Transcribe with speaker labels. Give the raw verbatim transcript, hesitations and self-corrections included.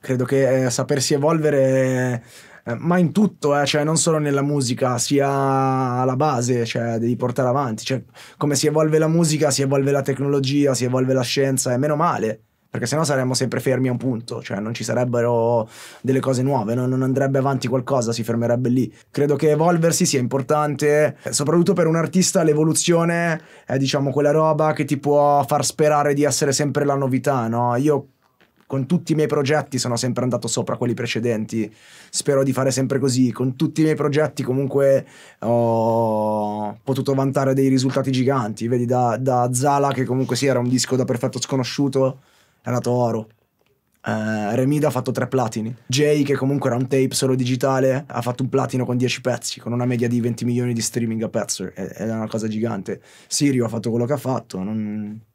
Speaker 1: Credo che eh, sapersi evolvere, eh, ma in tutto, eh, cioè non solo nella musica, sia alla base, cioè devi portare avanti, cioè come si evolve la musica, si evolve la tecnologia, si evolve la scienza, e meno male, perché sennò saremmo sempre fermi a un punto, cioè non ci sarebbero delle cose nuove, no? Non andrebbe avanti qualcosa, si fermerebbe lì. Credo che evolversi sia importante, eh, soprattutto per un artista l'evoluzione è diciamo quella roba che ti può far sperare di essere sempre la novità, no? Io con tutti i miei progetti sono sempre andato sopra quelli precedenti, spero di fare sempre così, con tutti i miei progetti comunque ho potuto vantare dei risultati giganti, vedi da, da Zala che comunque sì era un disco da perfetto sconosciuto, è andato oro. Eh, Remida ha fatto tre platini. Jay, che comunque era un tape solo digitale, ha fatto un platino con dieci pezzi, con una media di venti milioni di streaming a pezzo. Ed è una cosa gigante. Sirio ha fatto quello che ha fatto. Non...